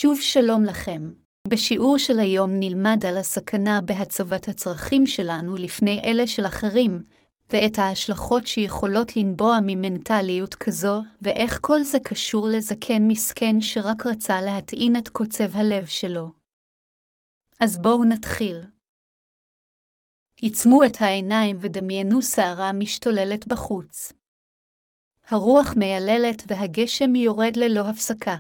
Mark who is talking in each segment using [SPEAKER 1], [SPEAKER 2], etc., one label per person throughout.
[SPEAKER 1] שוב שלום לכם. בשיעור של היום נלמד על הסכנה בהצבת הצרכים שלנו לפני אלה של אחרים, ואת ההשלכות שיכולות לנבוע ממנטליות כזו, ואיך כל זה קשור לזקן מסכן שרק רצה להטעין את קוצב הלב שלו. אז בואו נתחיל. עצמו את העיניים ודמיינו שערה משתוללת בחוץ. הרוח מייללת והגשם יורד ללא הפסקה.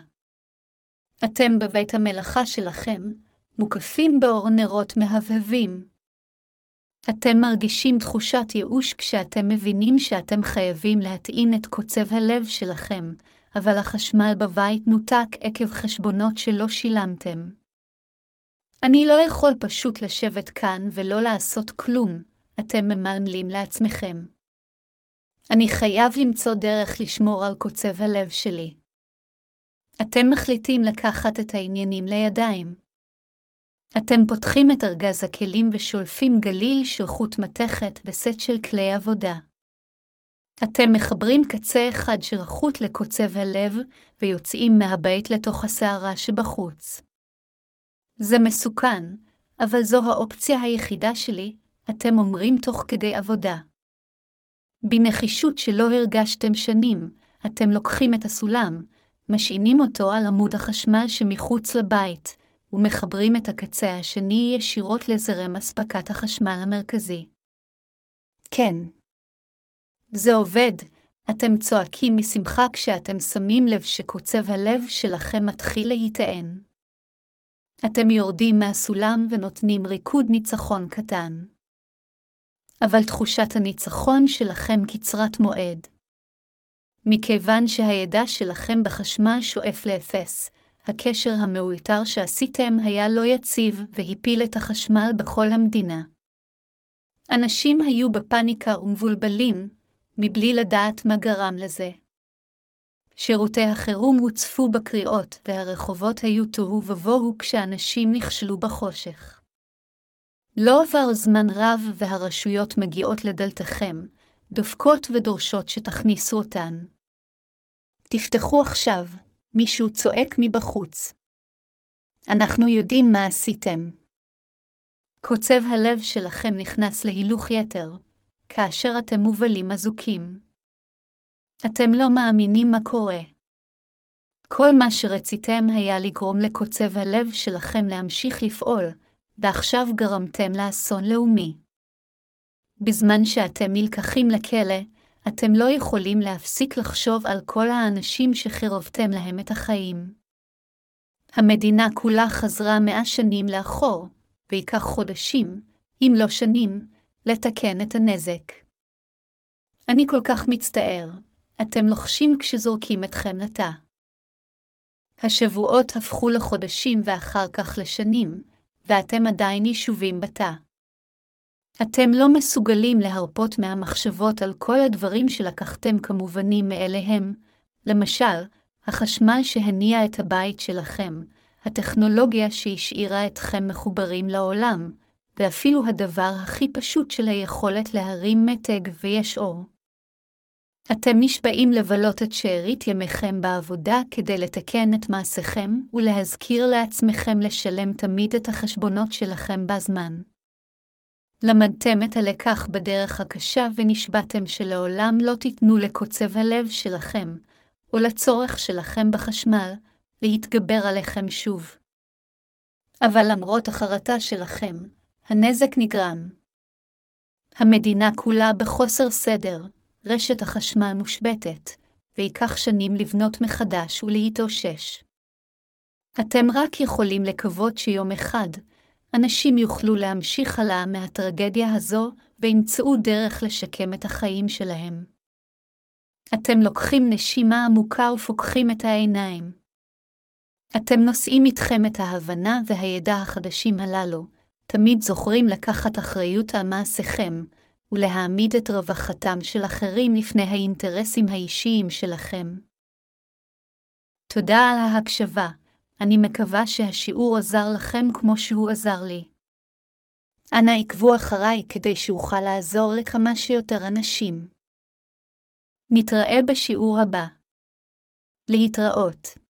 [SPEAKER 1] אתם בבית המלאכה שלכם, מוקפים באור נרות מהבהבים. אתם מרגישים תחושת ייאוש כשאתם מבינים שאתם חייבים להטעין את קוצב הלב שלכם, אבל החשמל בבית נותק עקב חשבונות שלא שילמתם. אני לא יכול פשוט לשבת כאן ולא לעשות כלום, אתם ממלמלים לעצמכם. אני חייב למצוא דרך לשמור על קוצב הלב שלי. אתם מחליטים לקחת את העניינים לידיים. אתם פותחים את ארגז הכלים ושולפים גליל של חוט מתכת וסט של כלי עבודה. אתם מחברים קצה אחד של החוט לקוצב הלב ויוצאים מהבית לתוך הסערה שבחוץ. זה מסוכן, אבל זו האופציה היחידה שלי, אתם אומרים תוך כדי עבודה. בנחישות שלא הרגשתם שנים, אתם לוקחים את הסולם, משעינים אותו על עמוד החשמל שמחוץ לבית, ומחברים את הקצה השני ישירות לזרם אספקת החשמל המרכזי. כן. זה עובד, אתם צועקים משמחה כשאתם שמים לב שקוצב הלב שלכם מתחיל להיטען. אתם יורדים מהסולם ונותנים ריקוד ניצחון קטן. אבל תחושת הניצחון שלכם קצרת מועד. מכיוון שהידע שלכם בחשמל שואף לאפס, הקשר המאולתר שעשיתם היה לא יציב והפיל את החשמל בכל המדינה. אנשים היו בפניקה ומבולבלים, מבלי לדעת מה גרם לזה. שירותי החירום הוצפו בקריאות והרחובות היו תוהו ובוהו כשאנשים נכשלו בחושך. לא עבר זמן רב והרשויות מגיעות לדלתכם, דופקות ודורשות שתכניסו אותן. תפתחו עכשיו, מישהו צועק מבחוץ. אנחנו יודעים מה עשיתם. קוצב הלב שלכם נכנס להילוך יתר, כאשר אתם מובלים אזוקים. אתם לא מאמינים מה קורה. כל מה שרציתם היה לגרום לקוצב הלב שלכם להמשיך לפעול, ועכשיו גרמתם לאסון לאומי. בזמן שאתם נלקחים לכלא, אתם לא יכולים להפסיק לחשוב על כל האנשים שחירבתם להם את החיים. המדינה כולה חזרה 100 שנים לאחור, ויקח חודשים, אם לא שנים, לתקן את הנזק. אני כל כך מצטער, אתם לוחשים כשזורקים אתכם לתא. השבועות הפכו לחודשים ואחר כך לשנים, ואתם עדיין יישובים בתא. אתם לא מסוגלים להרפות מהמחשבות על כל הדברים שלקחתם כמובנים מאליהם, למשל, החשמל שהניע את הבית שלכם, הטכנולוגיה שהשאירה אתכם מחוברים לעולם, ואפילו הדבר הכי פשוט של היכולת להרים מתג ויש אור. אתם נשבעים לבלות את שארית ימיכם בעבודה כדי לתקן את מעשיכם ולהזכיר לעצמכם לשלם תמיד את החשבונות שלכם בזמן. למדתם את הלקח בדרך הקשה ונשבעתם שלעולם לא תיתנו לקוצב הלב שלכם, או לצורך שלכם בחשמל, להתגבר עליכם שוב. אבל למרות החרטה שלכם, הנזק נגרם. המדינה כולה בחוסר סדר, רשת החשמל מושבתת, ויקח שנים לבנות מחדש ולהתאושש. אתם רק יכולים לקוות שיום אחד, אנשים יוכלו להמשיך הלאה מהטרגדיה הזו, וימצאו דרך לשקם את החיים שלהם. אתם לוקחים נשימה עמוקה ופוקחים את העיניים. אתם נושאים איתכם את ההבנה והידע החדשים הללו, תמיד זוכרים לקחת אחריות על מעשיכם, ולהעמיד את רווחתם של אחרים לפני האינטרסים האישיים שלכם. תודה על ההקשבה. אני מקווה שהשיעור עזר לכם כמו שהוא עזר לי. אנא עקבו אחריי כדי שאוכל לעזור לכמה שיותר אנשים. נתראה בשיעור הבא. להתראות.